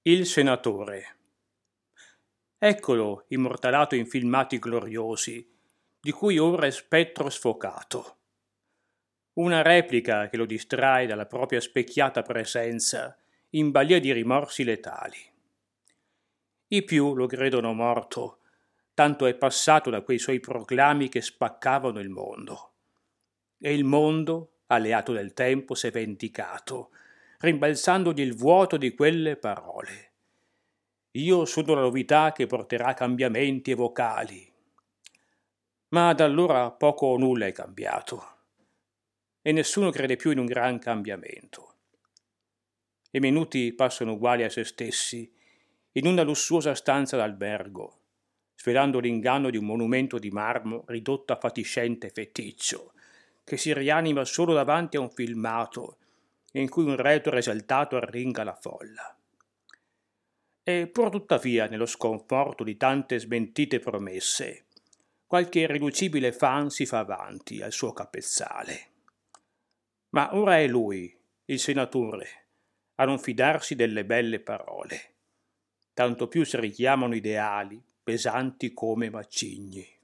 Il senatore. Eccolo, immortalato in filmati gloriosi, di cui ora è spettro sfocato. Una replica che lo distrae dalla propria specchiata presenza in balia di rimorsi letali. I più lo credono morto, tanto è passato da quei suoi proclami che spaccavano il mondo. E il mondo, alleato del tempo, s'è vendicato, rimbalzandogli il vuoto di quelle parole. Io sono la novità che porterà cambiamenti epocali. Ma da allora poco o nulla è cambiato. E nessuno crede più in un gran cambiamento. I minuti passano uguali a se stessi, in una lussuosa stanza d'albergo, svelando l'inganno di un monumento di marmo ridotto a fatiscente feticcio, che si rianima solo davanti a un filmato in cui un retro esaltato arringa la folla. E pur tuttavia, nello sconforto di tante smentite promesse, qualche irriducibile fan si fa avanti al suo capezzale. Ma ora è lui, il senatore, a non fidarsi delle belle parole, tanto più si richiamano ideali pesanti come macigni.